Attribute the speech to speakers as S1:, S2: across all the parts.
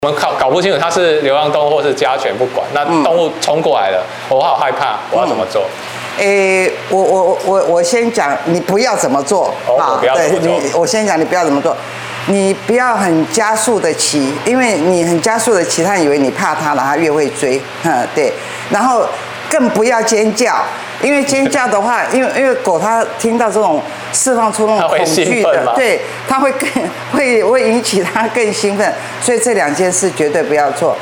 S1: 我们搞不清楚它是流浪动物或是家犬，不管。那动物冲过来了，我好害怕，我要怎么做？
S2: 我先讲，你不要怎么做
S1: 啊？
S2: 我先讲，你不要怎么做。你不要很加速的骑，因为你很加速的骑，它以为你怕它了，它越会追。对。然后更不要尖叫，因为尖叫的话，因为狗它听到这种释放出那种恐惧的，对，它会引起它更兴奋，所以这2件事绝对不要做。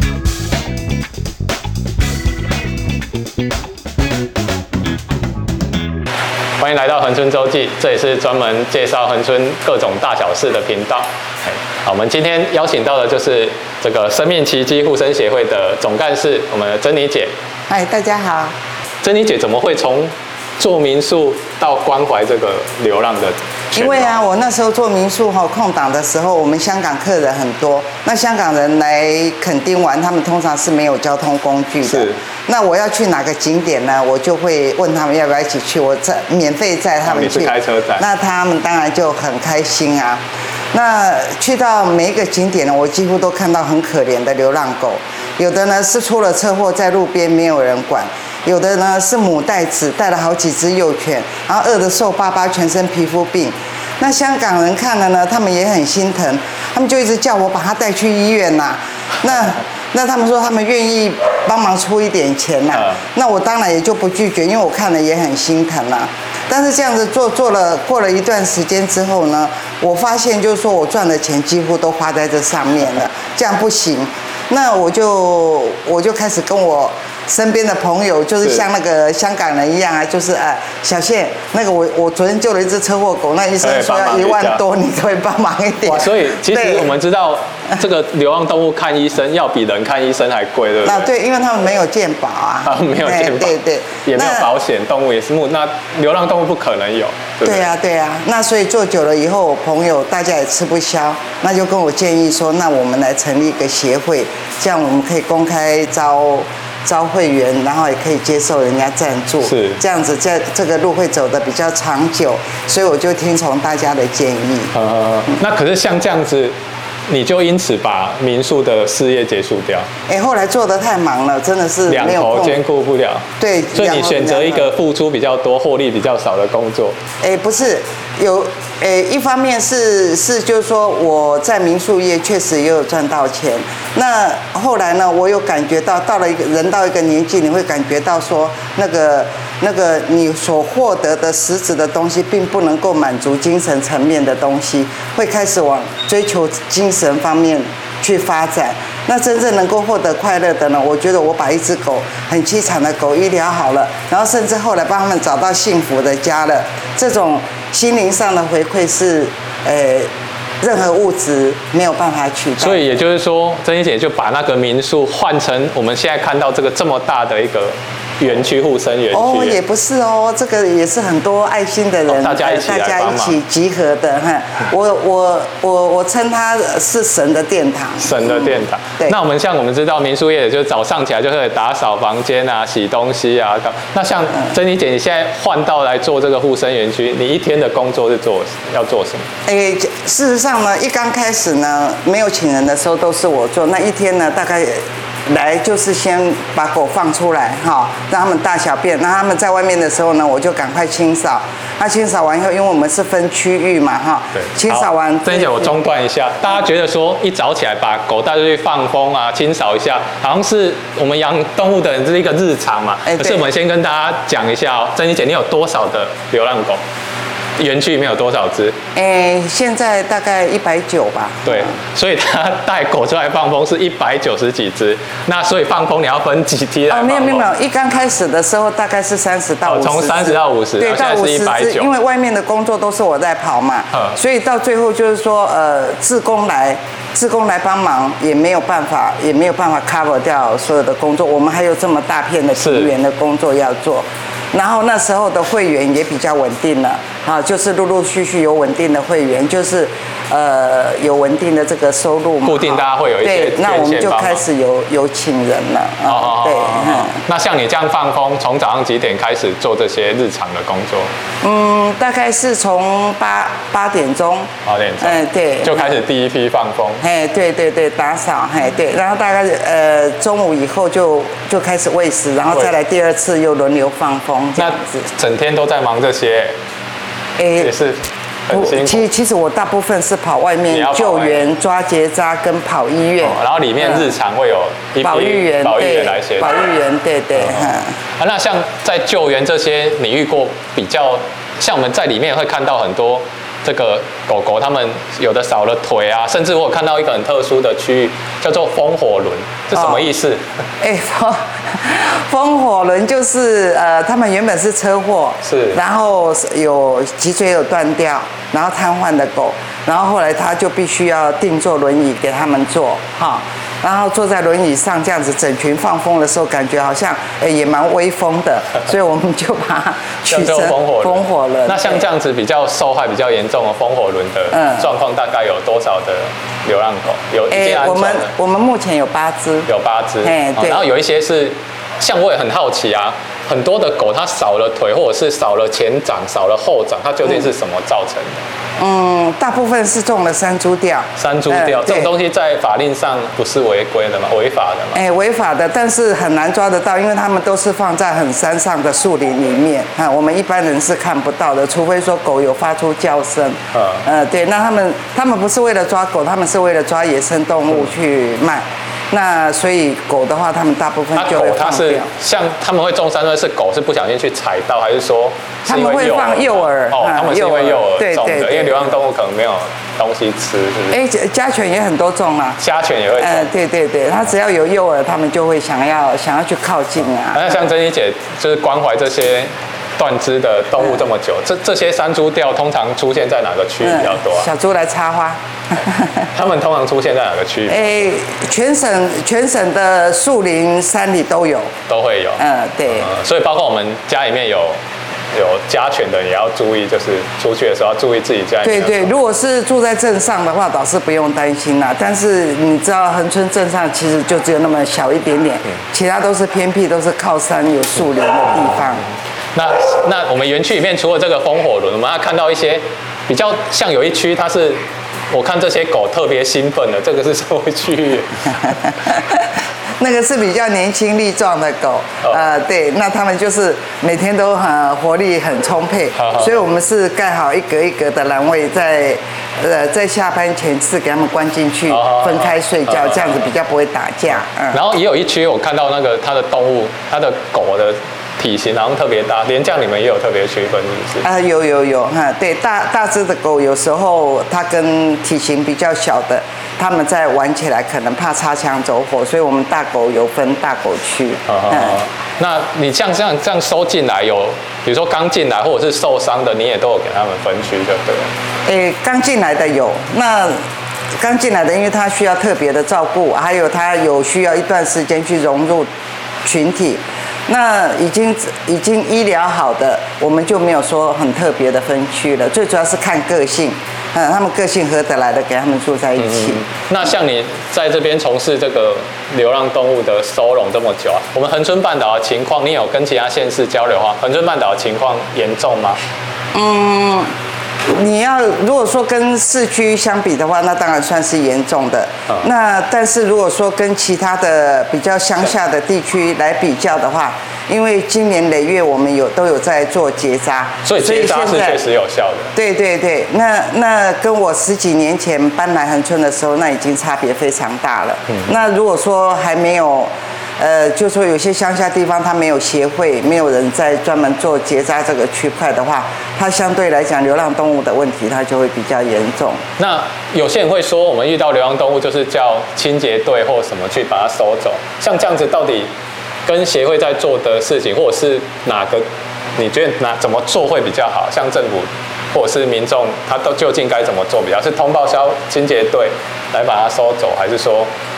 S1: 欢迎来到恒春周记，这也是专门介绍恒春各种大小事的频道。好，我们今天邀请到的就是这个生命奇迹护生协会的总干事，我们的珍妮姐。
S2: 嗨，大家好。
S1: 珍妮姐怎么会从做民宿到关怀这个流浪的？
S2: 因为啊，我那时候做民宿空档的时候，我们香港客人很多。那香港人来垦丁玩，他们通常是没有交通工具的。是。那我要去哪个景点呢？我就会问他们要不要一起去，我免费载他们去。
S1: 你是开车载？
S2: 那他们当然就很开心啊。那去到每一个景点呢，我几乎都看到很可怜的流浪狗，有的呢是出了车祸在路边没有人管。有的呢是母带子带了好几只幼犬，然后饿得瘦巴巴，全身皮肤病。那香港人看了呢，他们也很心疼，他们就一直叫我把他带去医院呐。那他们说他们愿意帮忙出一点钱呐。那我当然也就不拒绝，因为我看了也很心疼啊。但是这样子过了一段时间之后呢，我发现就是说我赚的钱几乎都花在这上面了，这样不行。那我就开始跟我身边的朋友，就是像那个香港人一样啊，就是小谢，那个我昨天救了一只车祸狗，那医生说要1万多，你可不可以帮忙一点？
S1: 所以其实我们知道，这个流浪动物看医生要比人看医生还贵，对不对？
S2: 对，因为他们没有健保啊，
S1: 没有健保，
S2: 对，
S1: 也没有保险，动物也是那流浪动物不可能有。
S2: 对啊，那所以做久了以后，我朋友大家也吃不消，那就跟我建议说，那我们来成立一个协会，这样我们可以公开招会员，然后也可以接受人家赞助，是这样子，这个路会走得比较长久，所以我就听从大家的建议。
S1: 那可是像这样子，你就因此把民宿的事业结束掉？
S2: 后来做得太忙了，真的是
S1: 两头兼顾不了。
S2: 对，
S1: 所以你选择一个付出比较多、获利比较少的工作。
S2: 不是有。一方面是就是说我在民宿业确实也有赚到钱，那后来呢，我有感觉到到了一个年纪，你会感觉到说那个你所获得的实质的东西，并不能够满足精神层面的东西，会开始往追求精神方面去发展。那真正能够获得快乐的呢？我觉得我把一只狗很凄惨的狗医疗好了，然后甚至后来帮他们找到幸福的家了，这种心灵上的回馈是，任何物质没有办法取代。
S1: 所以也就是说，珍妮姐就把那个民宿换成我们现在看到这个这么大的一个园区，护生园区。
S2: 也不是哦，这个也是很多爱心的人，
S1: 大家一起
S2: 集合的哈。我称它是神的殿堂。
S1: 神的殿堂。对。那我们知道民宿业就是早上起来就会打扫房间啊，洗东西啊。那像珍妮姐，你现在换到来做这个护生园区，你一天的工作是要做什么？
S2: 事实上呢，一刚开始呢，没有请人的时候都是我做。那一天呢，大概来就是先把狗放出来哈，让他们大小便。那他们在外面的时候呢，我就赶快清扫。那清扫完以后，因为我们是分区域嘛哈，对，清扫完。
S1: 珍妮姐，我中断一下，大家觉得说一早起来把狗带出去放风啊，清扫一下，好像是我们养动物的人这是一个日常嘛。可是我们先跟大家讲一下哦，珍妮姐，你有多少的流浪狗？园区里面有多少只？
S2: 现在大概190吧。
S1: 对，所以他带狗出来放风是190几只。那所以放风你要分几梯来放风？没有，
S2: 一刚开始的时候大概是30到50只。
S1: 从30到50，
S2: 对，到
S1: 50
S2: 只，因为外面的工作都是我在跑嘛，所以到最后就是说，志工来帮忙也没有办法 cover 掉所有的工作。我们还有这么大片的平原的工作要做。然后那时候的会员也比较稳定了， 啊，就是陆陆续续有稳定的会员，就是有稳定的这个收入嘛，
S1: 固定大家会有一些
S2: 对，那我们就开始有请人了啊，对。
S1: 那像你这样放风，从早上几点开始做这些日常的工作？
S2: 大概是从8点钟
S1: ，8点钟，
S2: 对，
S1: 就开始第一批放风，
S2: 对，打扫，对，然后大概中午以后就开始喂食，然后再来第二次又轮流放风，这样子，
S1: 整天都在忙这些，也是很辛苦。
S2: 其实我大部分是跑外面救援、抓结扎跟跑医院，
S1: 然后里面日常会有一批保育员来协助，
S2: 保育员，对，
S1: 那像在救援这些，你遇过比较像我们在里面会看到很多这个狗狗，它们有的少了腿啊，甚至我有看到一个很特殊的区域叫做风火轮，这什么意思？
S2: 风火轮就是他们原本是车祸，
S1: 是，
S2: 然后有脊椎有断掉，然后瘫痪的狗，然后后来他就必须要定做轮椅给他们坐，哈。然后坐在轮椅上这样子整群放风的时候，感觉好像也蛮威风的，所以我们就把它取成风火轮。
S1: 那像这样子比较受害比较严重的风火轮的状况，大概有多少的流浪狗？有已经安装了？
S2: 我们目前有8只，
S1: 有8只。对。然后有一些是，像我也很好奇啊，很多的狗它少了腿，或者是少了前掌、少了后掌，它究竟是什么造成的？
S2: 大部分是中了山猪吊。
S1: 山猪吊这种东西在法令上不是违规的吗？违法的吗？
S2: 违法的，但是很难抓得到，因为他们都是放在很山上的树林里面，我们一般人是看不到的，除非说狗有发出叫声。对，那他们不是为了抓狗，他们是为了抓野生动物去卖。那所以狗的话，他们大部分就会放掉。
S1: 像他们会中山猪，是狗是不小心去踩到，还是说
S2: 他们会放诱饵？
S1: 他们是因为诱饵中的，
S2: 对，
S1: 因为流浪动物可能没有东西吃，是不是？
S2: 家犬也很多种啊，
S1: 家犬也会中。
S2: 对，它只要有诱饵，他们就会想要去靠近啊。
S1: 那像珍妮姐就是关怀这些断肢的动物这么久，这些山猪吊通常出现在哪个区域比较多？
S2: 小猪来插花。
S1: 他们通常出现在哪个区域？
S2: 全省的树林、山里都有，
S1: 都会有。
S2: 对。
S1: 所以包括我们家里面有家犬的，也要注意，就是出去的时候要注意自己家里面。
S2: 对，如果是住在镇上的话，倒是不用担心啦。但是你知道，恒春镇上其实就只有那么小一点点，其他都是偏僻，都是靠山有树林的地方。
S1: 那我们园区里面除了这个风火轮，我们还看到一些比较像有一区，它是我看这些狗特别兴奋的，这个是什么区域？
S2: 那个是比较年轻力壮的狗，对，那他们就是每天都很活力很充沛，所以我们是盖好一格一格的栏位，在下班前是给他们关进去，分开睡觉，这样子比较不会打架。
S1: 然后也有一区我看到那个它的动物，它的狗的体型好像特别大，连这样你们也有特别区分，是不是？
S2: 有对，大只的狗有时候它跟体型比较小的，他们在玩起来可能怕擦枪走火，所以我们大狗有分大狗区。
S1: 那你像这样收进来有，比如说刚进来或者是受伤的，你也都有给他们分区就对了。
S2: 刚进来的有，那刚进来的因为他需要特别的照顾，还有他有需要一段时间去融入群体。那已经医疗好的，我们就没有说很特别的分区了，最主要是看个性，他们个性合得来的，给他们住在一起。
S1: 那像你在这边从事这个流浪动物的收容这么久啊，我们恒春半岛的情况，你有跟其他县市交流吗？恒春半岛的情况严重吗？
S2: 你如果说跟市区相比的话，那当然算是严重的。但是如果说跟其他的比较乡下的地区来比较的话，因为经年累月我们都有在做结扎，
S1: 所以结扎是确实有效的。
S2: 对，那跟我10几年前搬来恒春的时候，那已经差别非常大了。那如果说还没有。就说有些乡下地方它没有协会，没有人在专门做结扎这个区块的话，它相对来讲流浪动物的问题它就会比较严重。
S1: 那有些人会说，我们遇到流浪动物就是叫清洁队或什么去把它收走，像这样子到底跟协会在做的事情，或者是哪个你觉得怎么做会比较好？像政府或者是民众，他究竟该怎么做比较？是通报清洁队来把它收走，还是说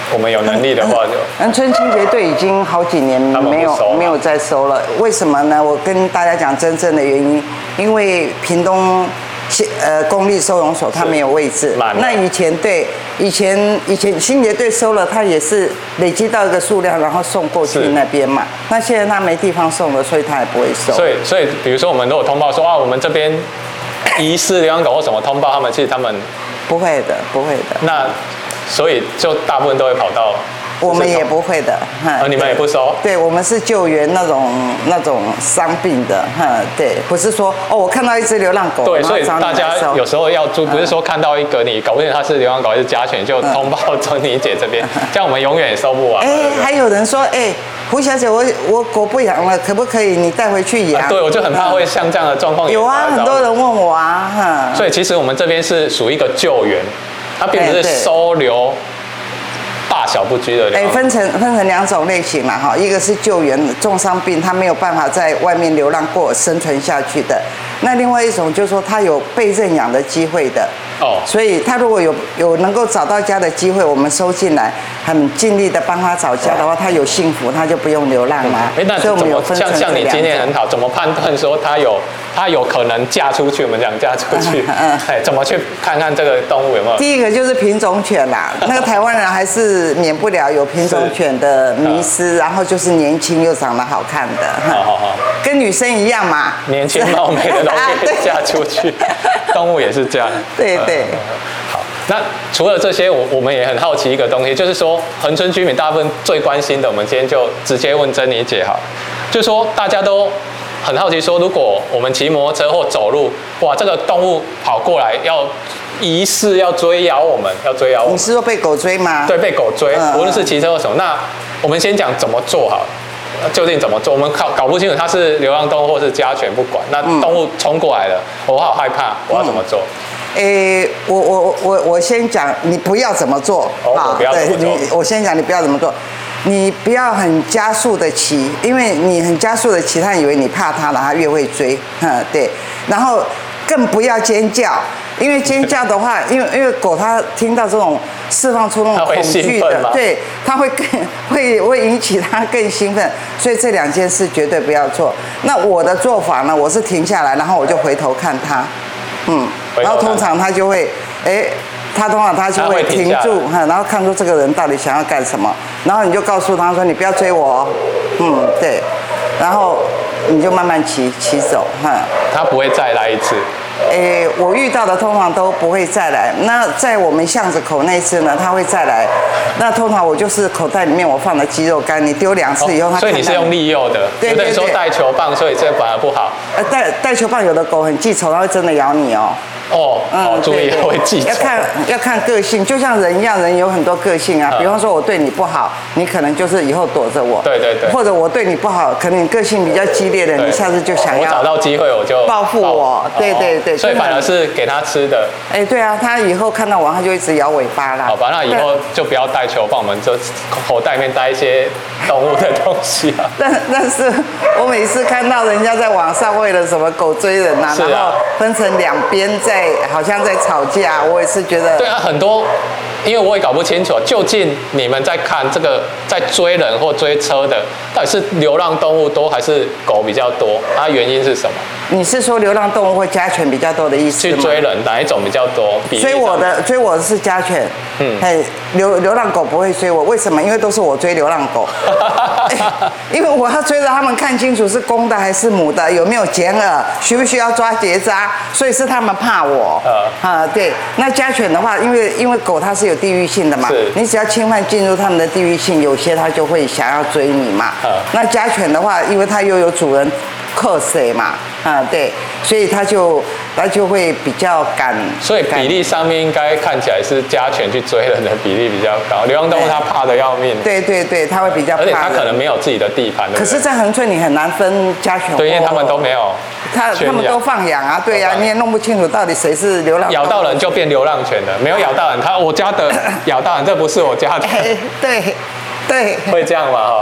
S1: 我们有能力的话就。
S2: 恒春清洁队已经好几年没有再收了，为什么呢？我跟大家讲真正的原因，因为屏东公立收容所它没有位置。那以前清洁队收了，它也是累积到一个数量，然后送过去那边嘛。那现在它没地方送了，所以它也不会收。
S1: 所以比如说我们如果通报说啊，我们这边疑似流浪狗或什么通报他们，其实他们
S2: 不会的。
S1: 那所以就大部分都会跑到。
S2: 我们也不会的，
S1: 你们也不收？
S2: 对，我们是救援那种伤病的，对，不是说我看到一只流浪狗，
S1: 对，所以大家有时候要注意，不是说看到一个你搞不清它是流浪狗还是家犬就通报珍妮姐这边，这样我们永远也收不完。
S2: 还有人说，胡小姐，我狗不养了，可不可以你带回去养？
S1: 对，我就很怕会像这样的状况。
S2: 有啊，很多人问我啊，
S1: 所以其实我们这边是属于一个救援，它并不是收留。大小不拘的，
S2: 分成两种类型嘛，哈，一个是救援重伤病，他没有办法在外面流浪过生存下去的，那另外一种就是说他有被认养的机会的，所以他如果有能够找到家的机会，我们收进来，很尽力的帮他找家的话，他有幸福，他就不用流浪了。
S1: 那
S2: 所以我们有分成这两种。
S1: 像你经验很好，怎么判断说他有可能嫁出去？我们讲嫁出去，怎么去看看这个动物有没有？
S2: 第一个就是品种犬啦，那个台湾人还是免不了有品种犬的迷思，然后就是年轻又长得好看的，跟女生一样嘛，
S1: 年轻貌美的都可以嫁出去，动物也是这样。
S2: 对。
S1: 好，那除了这些，我们也很好奇一个东西，就是说恒春居民大部分最关心的，我们今天就直接问珍妮姐好，就是说大家都很好奇说，如果我们骑摩托车或走路，哇，这个动物跑过来疑似要追咬我们。
S2: 你是说被狗追吗？
S1: 对，被狗追，无论是骑车或什么。那我们先讲怎么做好，究竟怎么做？我们搞不清楚它是流浪动物或是家犬，不管。那动物冲过来了，我好害怕，我要怎么做？
S2: 我先讲，你不要怎么做。
S1: 我不要怎么做。
S2: 我先讲，你不要怎么做。你不要很加速的骑，因为你很加速的骑，他以为你怕他了，他越会追。对。然后更不要尖叫，因为尖叫的话，因为狗它听到这种释放出那种恐惧的，对，它会引起它更兴奋，所以这两件事绝对不要做。那我的做法呢，我是停下来，然后我就回头看它，然后通常它就会，他就会停住，然后看出这个人到底想要干什么，然后你就告诉他说：“你不要追我哦。”对，然后你就慢慢骑走，
S1: 他不会再来一次。
S2: 我遇到的通常都不会再来。那在我们巷子口那一次呢，他会再来。那通常我就是口袋里面我放了鸡肉干，你丢2次以后，
S1: 所以你是用利诱的。有的人说带球棒，所以这反而不好。
S2: 带球棒有的狗很记仇，它会真的咬你哦。
S1: 注意会记仇。
S2: 要看个性，就像人一样，人有很多个性啊。比方说我对你不好，你可能就是以后躲着我。
S1: 对。
S2: 或者我对你不好，可能你个性比较激烈的，你下次就想要。
S1: 我找到机会我就
S2: 报复我。对。
S1: 所以反而是给它吃的。
S2: 对啊，它以后看到我，它就一直摇尾巴啦。
S1: 好吧，那以后就不要带球棒，我们就口袋里面带一些动物的东西啊。
S2: 但是我每次看到人家在网上为了什么狗追人啊，然后分成2边好像在吵架，我也是觉得。
S1: 对啊，很多，因为我也搞不清楚，究竟你们在看这个在追人或追车的，到底是流浪动物多还是狗比较多？它原因是什么？
S2: 你是说流浪动物或家犬比较多的意思吗？
S1: 去追人哪一种比较多？
S2: 追我的是家犬，流浪狗不会追我，为什么？因为都是我追流浪狗，因为我要追着他们看清楚是公的还是母的，有没有剪耳，需不需要抓结扎，所以是他们怕我。对。那家犬的话，因为狗它是有地域性的嘛，你只要侵犯进入他们的地域性，有些它就会想要追你嘛。那家犬的话，因为它又有主人克谁嘛，对，所以它就会比较敢。
S1: 所以比例上面应该看起来是家犬去追人的比例比较高，流浪动物它怕得要命。
S2: 对，它会比较怕。
S1: 而且它可能没有自己的地盘。
S2: 可是，在恒春你很难分家犬。
S1: 对，因为他们都没有。
S2: 他们都放养啊，对呀，你也弄不清楚到底谁是流浪。
S1: 咬到人就变流浪犬了，没有咬到人，我家的咬到人，这不是我家的。
S2: 对。
S1: 会这样吗？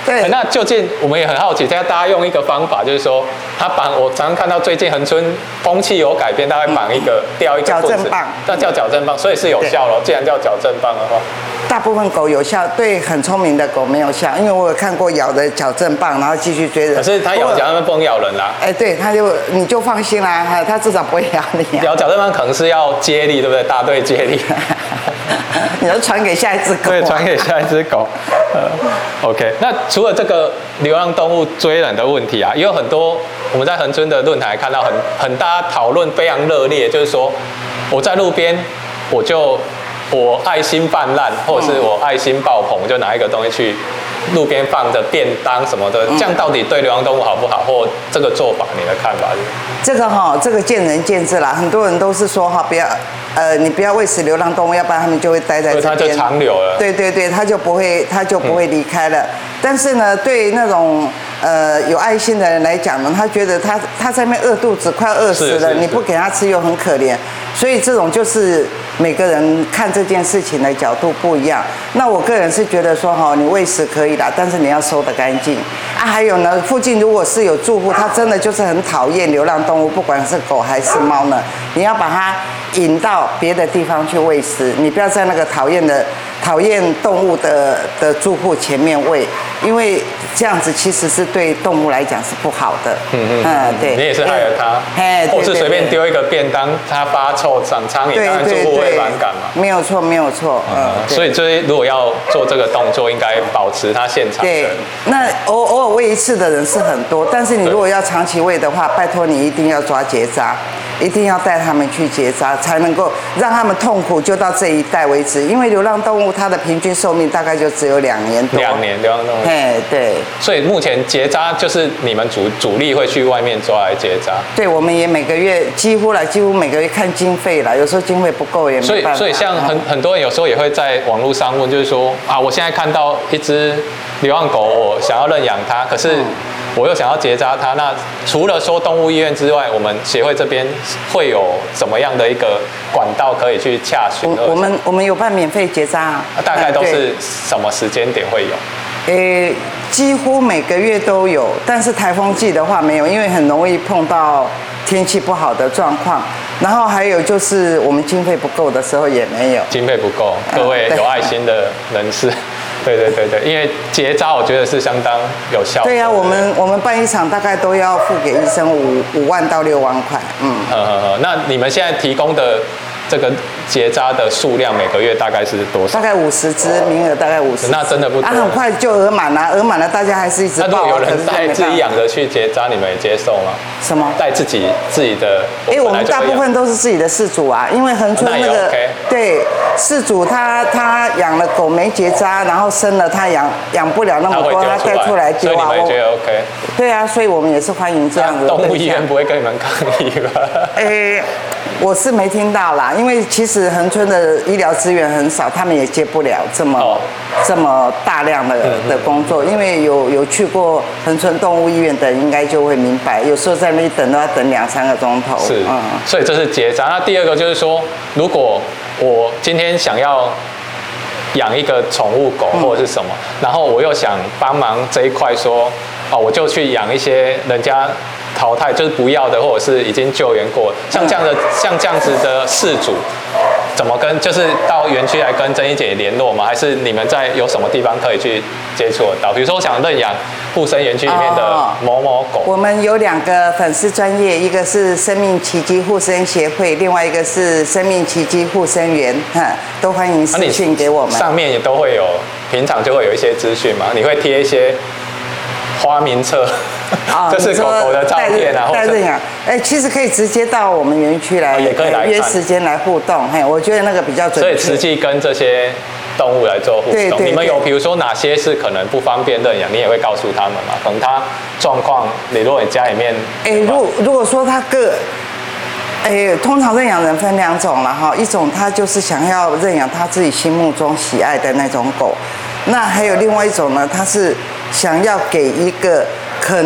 S2: 对，
S1: 那究竟我们也很好奇，现在大家用一个方法，就是说，我常常看到最近恒春风气有改变，他会绑一个吊一个
S2: 矫正棒，
S1: 那叫矫正棒，所以是有效咯。既然叫矫正棒的话，
S2: 大部分狗有效，对很聪明的狗没有效，因为我有看过咬的矫正棒，然后继续追人。
S1: 可是它咬矫正棒不能咬人啦。
S2: 对，你就放心啦，它至少不会咬你。
S1: 咬矫正棒可能是要接力，对不对？大队接力。
S2: 你要传给下一只狗。
S1: 对，传给下一只狗。OK， 那除了这个流浪动物追人的问题啊，也有很多我们在恒春的论坛看到很大家讨论非常热烈，就是说我在路边我爱心泛滥，或者是我爱心爆棚，就拿一个东西去路边放着便当什么的，这样到底对流浪动物好不好？或这个做法，你的看法是？
S2: 这个见仁见智啦。很多人都是说不要，你不要喂食流浪动物，要不然他们就会待在这边，
S1: 它就长留了。
S2: 对，它就不会离开了。但是呢，对那种有爱心的人来讲呢，他觉得他在那边饿肚子，快饿死了，你不给他吃又很可怜，所以这种就是每个人看这件事情的角度不一样。那我个人是觉得说你喂食可以啦，但是你要收得干净啊。还有呢，附近如果是有住户，他真的就是很讨厌流浪动物，不管是狗还是猫呢，你要把它引到别的地方去喂食，你不要在那个讨厌动物的住户前面喂，因为这样子其实是对动物来讲是不好的。对，
S1: 你也是害了它，或是随便丢一个便当，它发臭长苍蝇，当然住户会反感嘛。
S2: 没有错。
S1: 所以就是如果要做这个动作，应该保持它现场。
S2: 对，那偶尔喂一次的人是很多，但是你如果要长期喂的话，拜托你一定要抓结扎。一定要带他们去结扎，才能够让他们痛苦就到这一代为止。因为流浪动物它的平均寿命大概就只有2年多。
S1: 2年流浪动物。
S2: 对。
S1: 所以目前结扎就是你们主力会去外面抓来结扎。
S2: 对，我们也每个月几乎每个月看经费啦，有时候经费不够也没办法。
S1: 所以像很多人有时候也会在网络上问，就是说我现在看到一只流浪狗，我想要认养它，可是我又想要结扎它，那除了说动物医院之外，我们协会这边会有怎么样的一个管道可以去洽询？
S2: 我们有办免费结扎
S1: 大概都是什么时间点会有？
S2: 几乎每个月都有，但是台风季的话没有，因为很容易碰到天气不好的状况。然后还有就是我们经费不够的时候也没有。
S1: 经费不够，各位有爱心的人士。对，因为结扎我觉得是相当有效的。
S2: 对啊，我们办一场大概都要付给医生5万到6万块。
S1: 那你们现在提供的这个结扎的数量每个月大概是多少？
S2: 大概50只，名额大概50只。
S1: 那真的不多。
S2: 很快就额满了，额满了大家还是一直报。
S1: 那如果有人带自己养的去结扎，你们也接受吗？
S2: 什么？
S1: 带自己的？
S2: 我们大部分都是自己的饲主啊，因为恒春那个对饲主他养了狗没结扎，然后生了他养不了那么多，他带出来丢啊。
S1: 所以你们觉得 OK？
S2: 对啊，所以我们也是欢迎这样的。
S1: 动物医院不会跟你们抗议吧？
S2: 我是没听到啦，因为其实恒春的医疗资源很少，他们也接不了这么大量的工作。因为有去过恒春动物医院的人，应该就会明白，有时候在那里等都要等2-3个钟头。
S1: 是，所以这是结扎。那第二个就是说，如果我今天想要养一个宠物狗或者是什么，然后我又想帮忙这一块说，我就去养一些人家淘汰就是不要的，或者是已经救援过，像这样子的饲主，怎么就是到园区来跟珍妮姐联络吗？还是你们在有什么地方可以去接触得到？比如说我想认养护生园区里面的某某狗，
S2: 我们有2个粉丝专页，一个是生命奇迹护生协会，另外一个是生命奇迹护生园，都欢迎私讯给我们。
S1: 上面也都会有，平常就会有一些资讯嘛，你会贴一些花名册。就是狗狗的照片啊，
S2: 带认养，其实可以直接到我们园区来，
S1: 也可以来
S2: 约时间来互动。我觉得那个比较准确。
S1: 所以实际跟这些动物来做互动。你们有比如说哪些是可能不方便认养，你也会告诉他们嘛？可能他状况，如果你家里面，
S2: 如果说他通常认养人分2种了哈，一种他就是想要认养他自己心目中喜爱的那种狗，那还有另外一种呢，他是想要给一个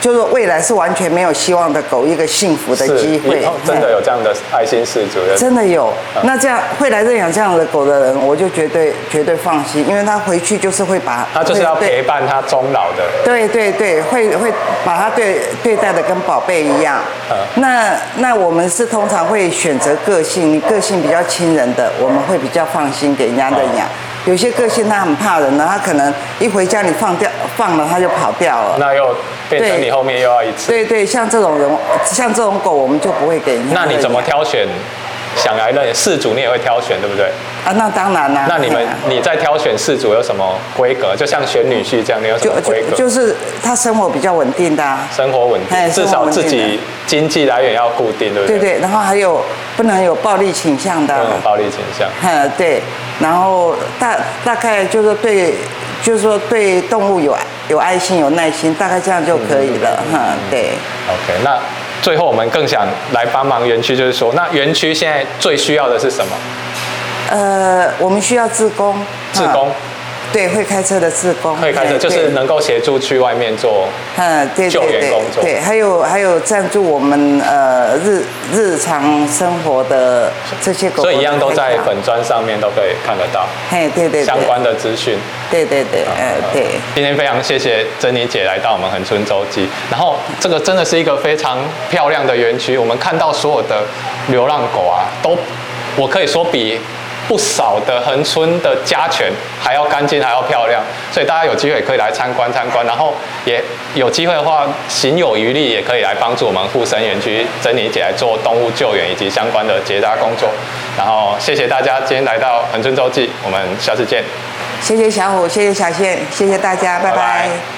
S2: 就是未来是完全没有希望的狗一个幸福的机会。
S1: 真的有这样的爱心饲主的，
S2: 真的有。那这样会来认养这样的狗的人，我就绝对放心，因为他回去就是会把
S1: 他就是要陪伴他终老的。
S2: 对，会把他对待的跟宝贝一样。那我们是通常会选择个性，你个性比较亲人的，我们会比较放心给人家认养。有些个性他很怕人呢，他可能一回家你放了他就跑掉了，
S1: 那又变成你后面又要一次。
S2: 对，像这种人，像这种狗，我们就不会给人家。
S1: 那你怎么挑选？想来认饲主你也会挑选，对不对？
S2: 啊，那当然啦。
S1: 那你在挑选饲主有什么规格？就像选女婿这样，你有什么规格？
S2: 就是他生活比较稳定的啊。
S1: 生活稳定，至少自己经济来源要固定，对不对？
S2: 对，然后还有不能有暴力倾向的。
S1: 暴力倾向。
S2: 对，然后大概就是说对动物有爱心、有耐心，大概这样就可以了。对。
S1: OK， 那最后我们更想来帮忙园区，就是说，那园区现在最需要的是什么？
S2: 我们需要志工。
S1: 志工。
S2: 对，会开车的志工。
S1: 会开车就是能够协助去外面做救援工作。
S2: 对，还有赞助我们日常生活的这些狗。
S1: 所以一样都在粉专上面都可以看得到。
S2: 对。
S1: 相关的资讯。对。今天非常谢谢珍妮姐来到我们恒春洲际，然后这个真的是一个非常漂亮的园区，我们看到所有的流浪狗啊，我可以说比不少的恒春的家犬还要干净，还要漂亮，所以大家有机会可以来参观，然后也有机会的话，行有余力也可以来帮助我们富森园区珍妮姐来做动物救援以及相关的结扎工作。然后谢谢大家今天来到恒春洲际，我们下次见。
S2: 谢谢小虎，谢谢小宪，谢谢大家，拜拜。